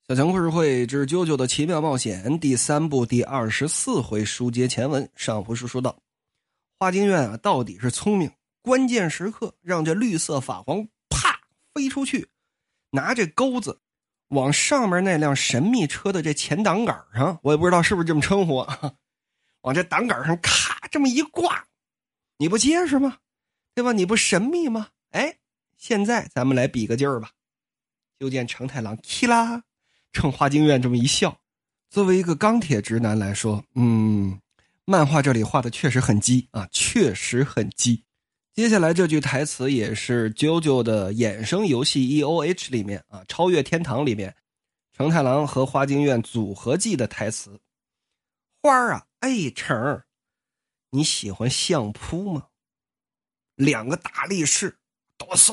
小强故事会之啾啾的奇妙冒险第3部第24回书接前文。上回书说到，花京院到底是聪明，关键时刻让这绿色法皇啪飞出去，拿这钩子往上面那辆神秘车的这前挡杆上，我也不知道是不是这么称呼啊，往这挡杆上咔这么一挂，你不结实吗？对吧？你不神秘吗？哎，现在咱们来比个劲儿吧。就见成太郎噼啦冲花京院这么一笑。作为一个钢铁直男来说，漫画这里画的确实很鸡啊，确实很鸡。接下来这句台词也是 JoJo 的衍生游戏 EOH 里面啊，超越天堂里面成太郎和花京院组合技的台词。花儿啊，哎，成儿，你喜欢相扑吗？两个大力士多碎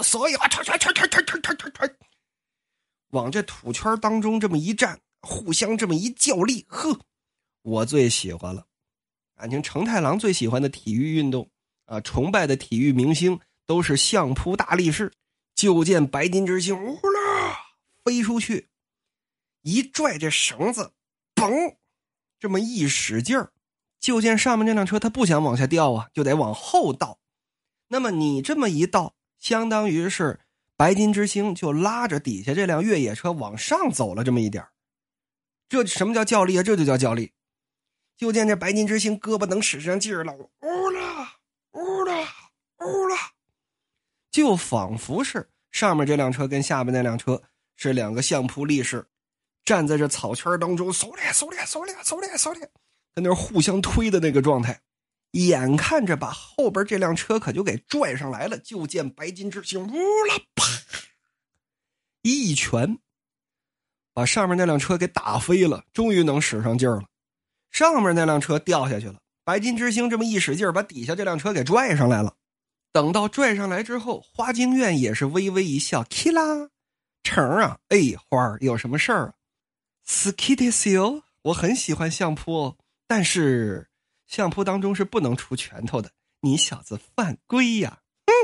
啊，往这土圈当中这么一站，互相这么一较力，呵，我最喜欢了。感情成太郎最喜欢的体育运动啊，崇拜的体育明星都是相扑大力士。就见白金之星呼啦飞出去，一拽这绳子，嘣，这么一使劲儿，就见上面这辆车它不想往下掉啊，就得往后倒。那么你这么一倒，相当于是白金之星就拉着底下这辆越野车往上走了这么一点。这什么叫较力啊？这就叫较力。就见这白金之星胳膊能使上劲儿了，呜啦呜啦呜啦，就仿佛是上面这辆车跟下面那辆车是两个相扑力士，站在这草圈当中，嗖咧跟那互相推的那个状态。眼看着把后边这辆车可就给拽上来了，就见白金之星呜啦啪一拳把上面那辆车给打飞了，终于能使上劲儿了。上面那辆车掉下去了，白金之星这么一使劲把底下这辆车给拽上来了。等到拽上来之后，花京院也是微微一笑，キ啦，成啊，哎，花儿有什么事儿啊？好きですよ，我很喜欢相扑哦，但是相扑当中是不能出拳头的，你小子犯规呀！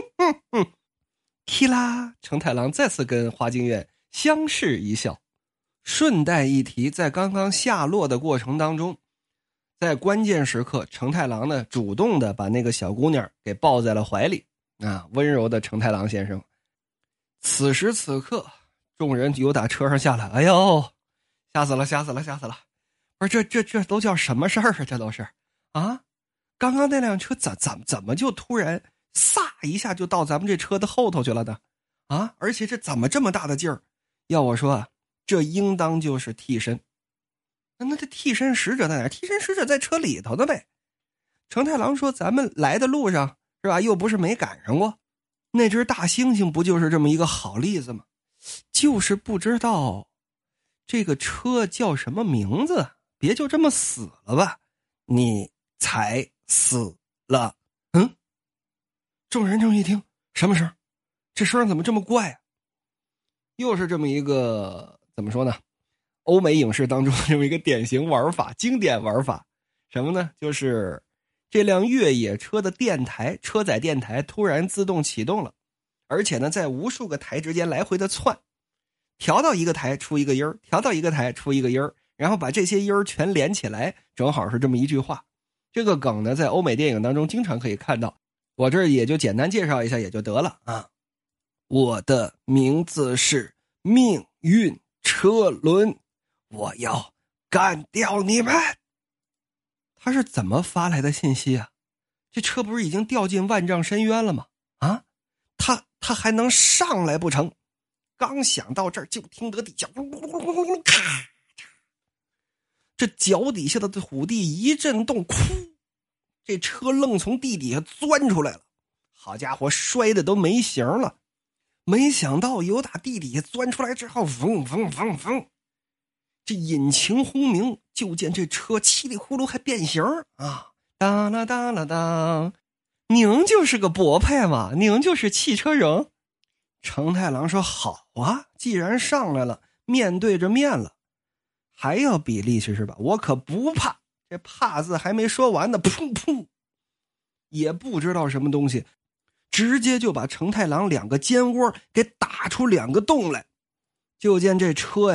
踢啦！成太郎再次跟花京院相视一笑。顺带一提，在刚刚下落的过程当中，在关键时刻，成太郎呢主动的把那个小姑娘给抱在了怀里啊，温柔的成太郎先生。此时此刻，众人由打车上下来，哎呦，吓死了！不是这都叫什么事儿啊？这都是啊！刚刚那辆车怎么就突然撒一下就到咱们这车的后头去了的啊？而且这怎么这么大的劲儿？要我说啊，这应当就是替身。那这替身使者在哪？替身使者在车里头的呗。成太郎说咱们来的路上是吧，又不是没赶上过，那只大猩猩不就是这么一个好例子吗？就是不知道这个车叫什么名字，别就这么死了吧，你才死了。众人正一听，什么声？这声怎么这么怪啊？又是这么一个怎么说呢，欧美影视当中这么一个典型玩法，经典玩法。什么呢？就是这辆越野车的电台，车载电台突然自动启动了，而且呢在无数个台之间来回的窜，调到一个台出一个音儿，调到一个台出一个音儿，然后把这些音儿全连起来，正好是这么一句话。这个梗呢在欧美电影当中经常可以看到，我这儿也就简单介绍一下也就得了啊。我的名字是命运车轮，我要干掉你们。他是怎么发来的信息啊？这车不是已经掉进万丈深渊了吗？啊，他还能上来不成？刚想到这儿，就听得底下咔，这脚底下的土地一震动，这车愣从地底下钻出来了。好家伙，摔的都没形了。没想到由打地底下钻出来之后，嗡，这引擎轰鸣，就见这车稀里呼噜还变形啊！哒啦哒啦哒，您就是个博派嘛，您就是汽车人。成太郎说好啊，既然上来了，面对着面了，还要比力气是吧？我可不怕。这怕字还没说完呢，砰，也不知道什么东西，直接就把成太郎两个肩窝给打出两个洞来。就见这车呀，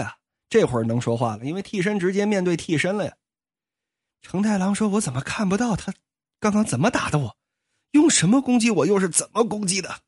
这会儿能说话了，因为替身直接面对替身了呀。承太郎说：“我怎么看不到他刚刚怎么打的我？用什么攻击我？又是怎么攻击的？”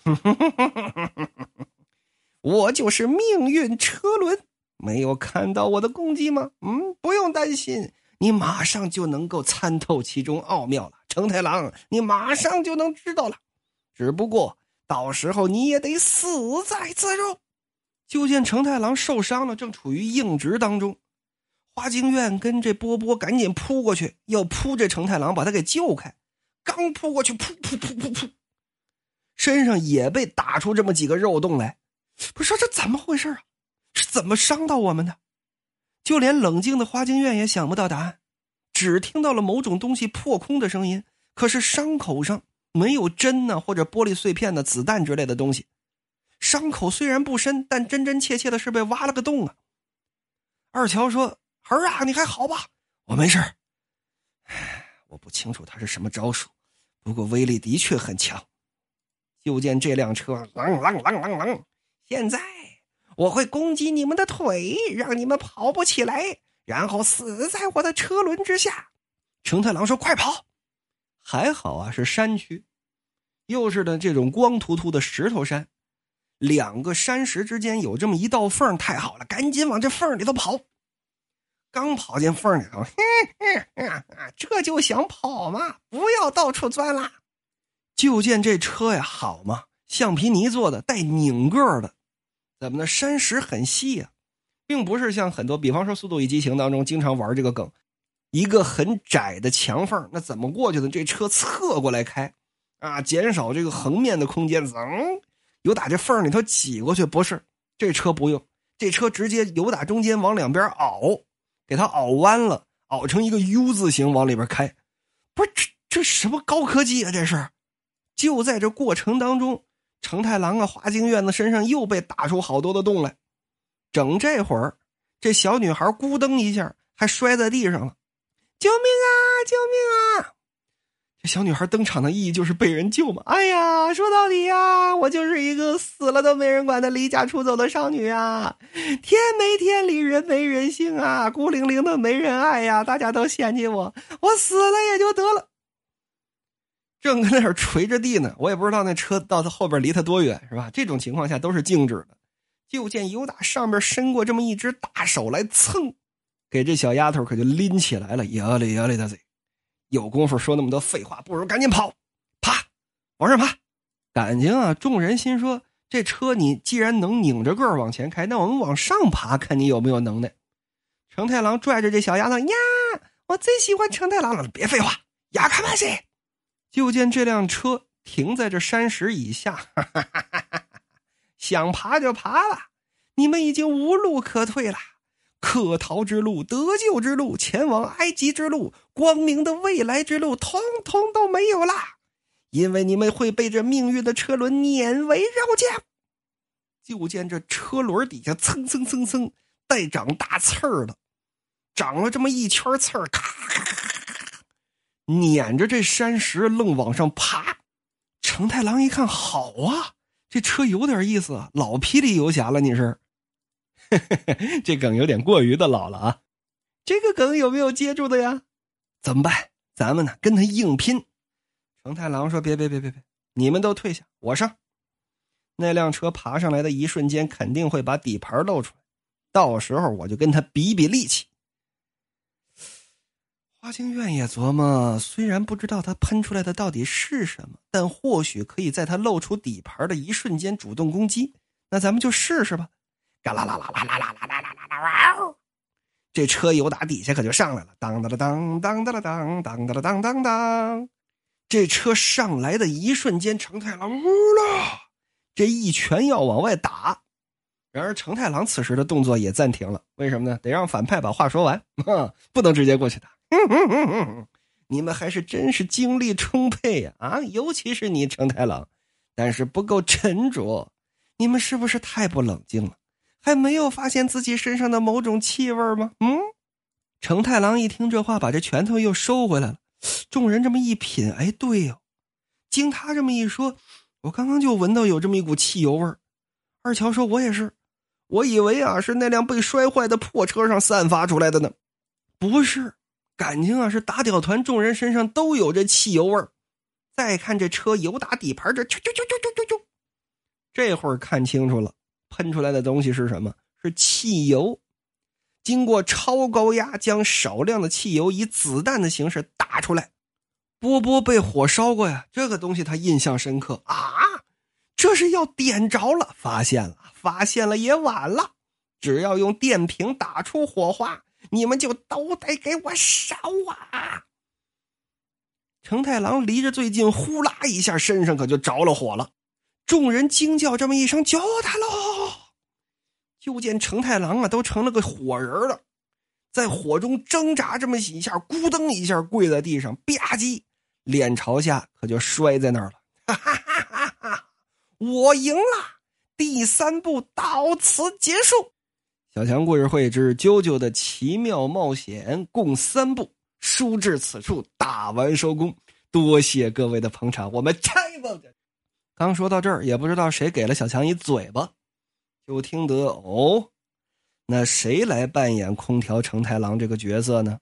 我就是命运车轮，没有看到我的攻击吗？不用担心，你马上就能够参透其中奥妙了。承太郎，你马上就能知道了。只不过到时候你也得死在此中。就见承太郎受伤了，正处于硬直当中。花京院跟这波波赶紧扑过去，要扑这承太郎，把他给救开。刚扑过去，噗噗噗噗噗，身上也被打出这么几个肉洞来。不是说这怎么回事啊？是怎么伤到我们的？就连冷静的花京院也想不到答案，只听到了某种东西破空的声音。可是伤口上没有针呢，或者玻璃碎片的子弹之类的东西。伤口虽然不深，但真真切切的是被挖了个洞啊。二乔说：“儿啊，你还好吧？”“我没事。”“我不清楚他是什么招数，不过威力的确很强。”就见这辆车啷啷啷啷啷，现在我会攻击你们的腿，让你们跑不起来，然后死在我的车轮之下。承太郎说：“快跑！”还好啊，是山区，又是的这种光秃秃的石头山，两个山石之间有这么一道缝，太好了，赶紧往这缝里头跑。刚跑进缝里头，这就想跑吗？不要到处钻啦！就见这车呀，好嘛，橡皮泥做的，带拧个的。怎么呢？山石很细啊，并不是像很多，比方说《速度与激情》当中经常玩这个梗，一个很窄的墙缝，那怎么过去的？这车侧过来开啊，减少这个横面的空间，由打这缝里头挤过去。不是，这车不用，这车直接由打中间往两边凹，给它凹弯了，凹成一个 U 字形往里边开。不是这什么高科技啊？这是。就在这过程当中，承太郎啊、花京院的身上又被打出好多的洞来。整这会儿，这小女孩咕噔一下还摔在地上了。救命啊！救命啊！这小女孩登场的意义就是被人救嘛。哎呀，说到底呀，我就是一个死了都没人管的离家出走的少女啊！天没天理，人没人性啊，孤零零的没人爱呀，大家都嫌弃我，我死了也就得了。正跟那儿垂着地呢，我也不知道那车到他后边离他多远，是吧？这种情况下都是静止的。就见由打上边伸过这么一只大手来蹭，给这小丫头可就拎起来了。呀嘞呀嘞的嘴，有功夫说那么多废话，不如赶紧跑，爬，往上爬。感情啊，众人心说，这车你既然能拧着个儿往前开，那我们往上爬，看你有没有能耐。承太郎拽着这小丫头，呀，我最喜欢承太郎了，别废话，呀看吧谁。就见这辆车停在这山石以下，想爬就爬吧，你们已经无路可退了。可逃之路、得救之路、前往埃及之路、光明的未来之路，通通都没有啦，因为你们会被这命运的车轮碾为肉酱。就见这车轮底下蹭蹭蹭蹭带长大刺儿的，长了这么一圈刺儿，咔咔咔咔撵着这山石愣往上爬。承太郎一看，好啊，这车有点意思啊，老霹雳游侠了你是。这梗有点过于的老了啊，这个梗有没有接住的呀？怎么办？咱们呢跟他硬拼。承太郎说别，你们都退下，我上。那辆车爬上来的一瞬间肯定会把底盘露出来，到时候我就跟他比比力气。花京院也琢磨，虽然不知道他喷出来的到底是什么，但或许可以在他露出底盘的一瞬间主动攻击，那咱们就试试吧。嘎啦啦啦啦啦啦啦啦啦啦啦！这车由打底下可就上来了，当当当当当当当当当当当。这车上来的一瞬间，承太郎这一拳要往外打。然而承太郎此时的动作也暂停了，为什么呢？得让反派把话说完，不能直接过去打。你们还是真是精力充沛呀，尤其是你承太郎，但是不够沉着。你们是不是太不冷静了？还没有发现自己身上的某种气味吗？承太郎一听这话，把这拳头又收回来了。众人这么一品，哎，对哦，经他这么一说，我刚刚就闻到有这么一股汽油味儿。二乔说我也是， 我以为啊是那辆被摔坏的破车上散发出来的呢。不是，感情啊是打屌团众人身上都有这汽油味儿。再看这车油打底盘，这会儿看清楚了，喷出来的东西是什么？是汽油。经过超高压将少量的汽油以子弹的形式打出来。波波被火烧过呀，这个东西他印象深刻啊！这是要点着了，发现了也晚了，只要用电瓶打出火花，你们就都得给我烧啊！承太郎离着最近，呼啦一下身上可就着了火了。众人惊叫这么一声，救他喽！就见承太郎啊都成了个火人了，在火中挣扎这么一下，咕噔一下跪在地上，吧唧，脸朝下可就摔在那儿了。哈哈哈哈哈！我赢了，第3部到此结束。小强故事会之啾啾的奇妙冒险共3部，书至此处打完收工，多谢各位的捧场，我们拆吧。刚说到这儿，也不知道谁给了小强一嘴巴，就听得哦，那谁来扮演空调承太郎这个角色呢？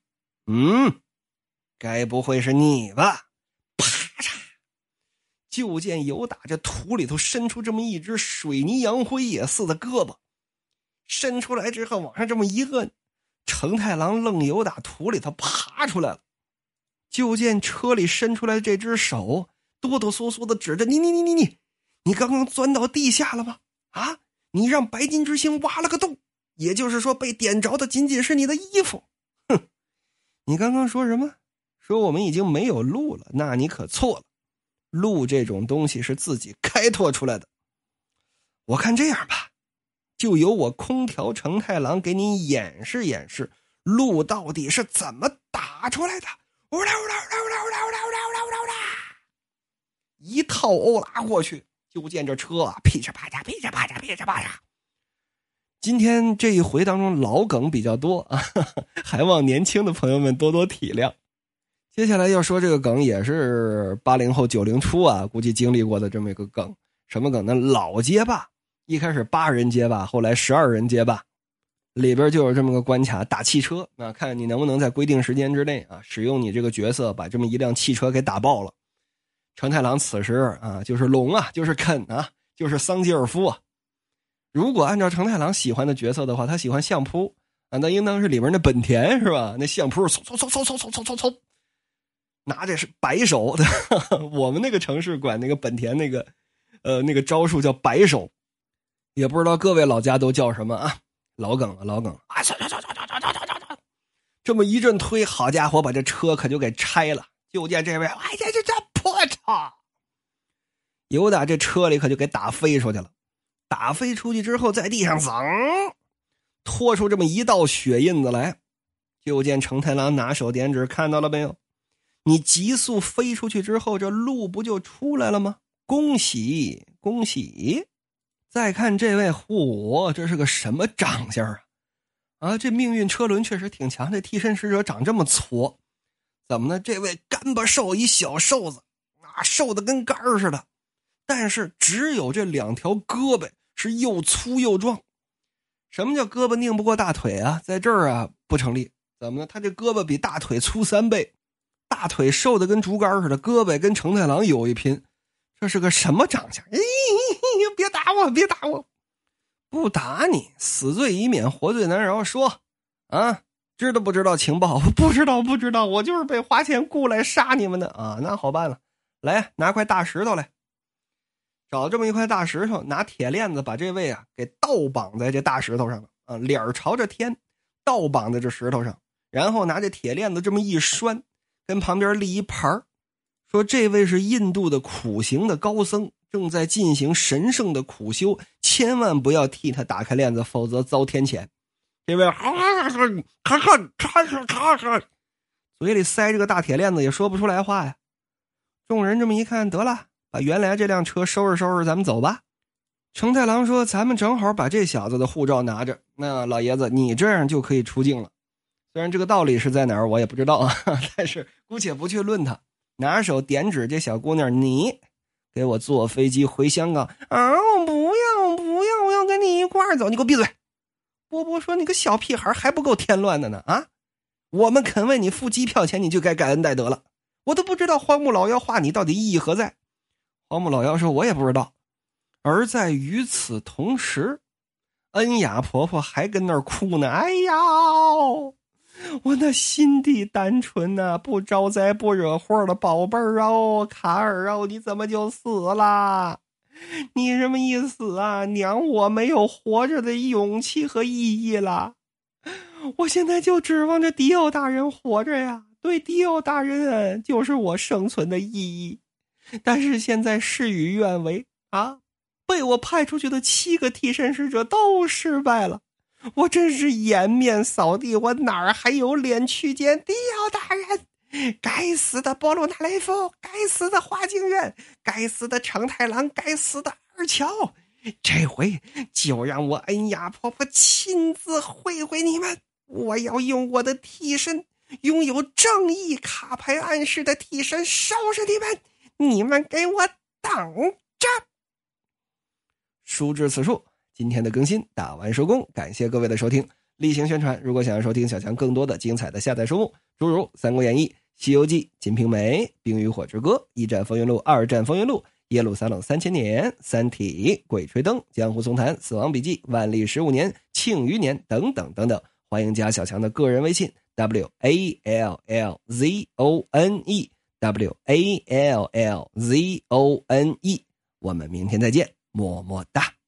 该不会是你吧？啪嚓！就见有打这土里头伸出这么一只水泥洋灰也似的胳膊，伸出来之后往上这么一摁，承太郎愣有打土里头爬出来了。就见车里伸出来这只手哆哆嗦嗦的指着你刚刚钻到地下了吗？啊，你让白金之星挖了个洞，也就是说被点着的仅仅是你的衣服。哼，你刚刚说什么？说我们已经没有路了，那你可错了。路这种东西是自己开拓出来的。我看这样吧，就由我空调承太郎给你演示演示路到底是怎么打出来的。一套欧拉过去，就见这车啊噼嚓啪嚓噼嚓啪嚓噼嚓啪嚓。今天这一回当中老梗比较多啊，还望年轻的朋友们多多体谅。接下来要说这个梗也是80后90初啊估计经历过的这么一个梗。什么梗呢？老街霸，一开始8人街霸，后来12人街霸，里边就有这么个关卡，打汽车啊，看你能不能在规定时间之内啊使用你这个角色把这么一辆汽车给打爆了。承太郎此时啊就是龙啊，就是肯啊，就是桑吉尔夫啊。如果按照承太郎喜欢的角色的话，他喜欢相扑啊，那应当是里面的本田是吧？那相扑嗖，拿着是摆手的，我们那个城市管那个本田那个招数叫摆手，也不知道各位老家都叫什么啊？老梗了啊！这么一阵推，好家伙，把这车可就给拆了。就见这位，哎，这破车，有打这车里可就给打飞出去了。打飞出去之后，在地上拖出这么一道血印子来。就见承太郎拿手点指，看到了没有？你急速飞出去之后，这路不就出来了吗？恭喜恭喜！再看这位，这是个什么长相啊？啊，这命运车轮确实挺强，这替身使者长这么矬，怎么呢？这位干巴瘦一小瘦子啊，瘦的跟杆儿似的，但是只有这2条胳膊是又粗又壮。什么叫胳膊拧不过大腿啊？在这儿啊不成立。怎么呢？他这胳膊比大腿粗3倍，大腿瘦的跟竹竿似的，胳膊跟承太郎有一拼。这是个什么长相？别打我，不打你，死罪已免，活罪难饶。说啊，知道不知道情报？不知道，我就是被花钱雇来杀你们的啊。那好办了，来拿块大石头来。找这么一块大石头，拿铁链子把这位啊给倒绑在这大石头上了啊，脸朝着天，倒绑在这石头上，然后拿这铁链子这么一拴，跟旁边立一牌，说这位是印度的苦行的高僧，正在进行神圣的苦修，千万不要替他打开链子，否则遭天谴。这位嘴里塞着个大铁链子，也说不出来话呀。众人这么一看，得了，把原来这辆车收拾收拾，咱们走吧。承太郎说，咱们正好把这小子的护照拿着，那老爷子你这样就可以出境了。虽然这个道理是在哪儿我也不知道啊，但是姑且不去论它。拿手点指这小姑娘，你给我坐飞机回香港啊！我不要，我要跟你一块儿走，你给我闭嘴波波说：“你个小屁孩还不够添乱的呢啊！我们肯为你付机票钱，你就该感恩戴德了。我都不知道荒木老妖画你到底意义何在。”荒木老妖说：“我也不知道。”而在与此同时，恩雅婆婆还跟那儿哭呢。哎呀，我那心地单纯啊，不招灾不惹祸的宝贝儿哦，卡尔哦，你怎么就死了？你什么意思啊？娘，我没有活着的勇气和意义了。我现在就指望着迪奥大人活着呀，对迪奥大人就是我生存的意义。但是现在事与愿违啊，被我派出去的7个替身使者都失败了。我真是颜面扫地，我哪儿还有脸去见迪奥大人？该死的波鲁纳雷夫，该死的花京院，该死的承太郎，该死的二乔，这回就让我恩雅婆婆亲自会会你们。我要用我的替身，拥有正义卡牌暗示的替身收拾你们，你们给我等着。书至此处，今天的更新打完收工，感谢各位的收听。例行宣传，如果想要收听小强更多的精彩的下载书目，诸如《三国演义》、《西游记》、《金瓶梅》、《冰与火之歌》、《一战风云录》、《二战风云录》、《耶路撒冷3000年》、《三体》、《鬼吹灯》、《江湖丛谈》、《死亡笔记》、《万历15年》、《庆余年》等等等等。欢迎加小强的个人微信 WALLZONE， WALLZONE。我们明天再见，么么哒。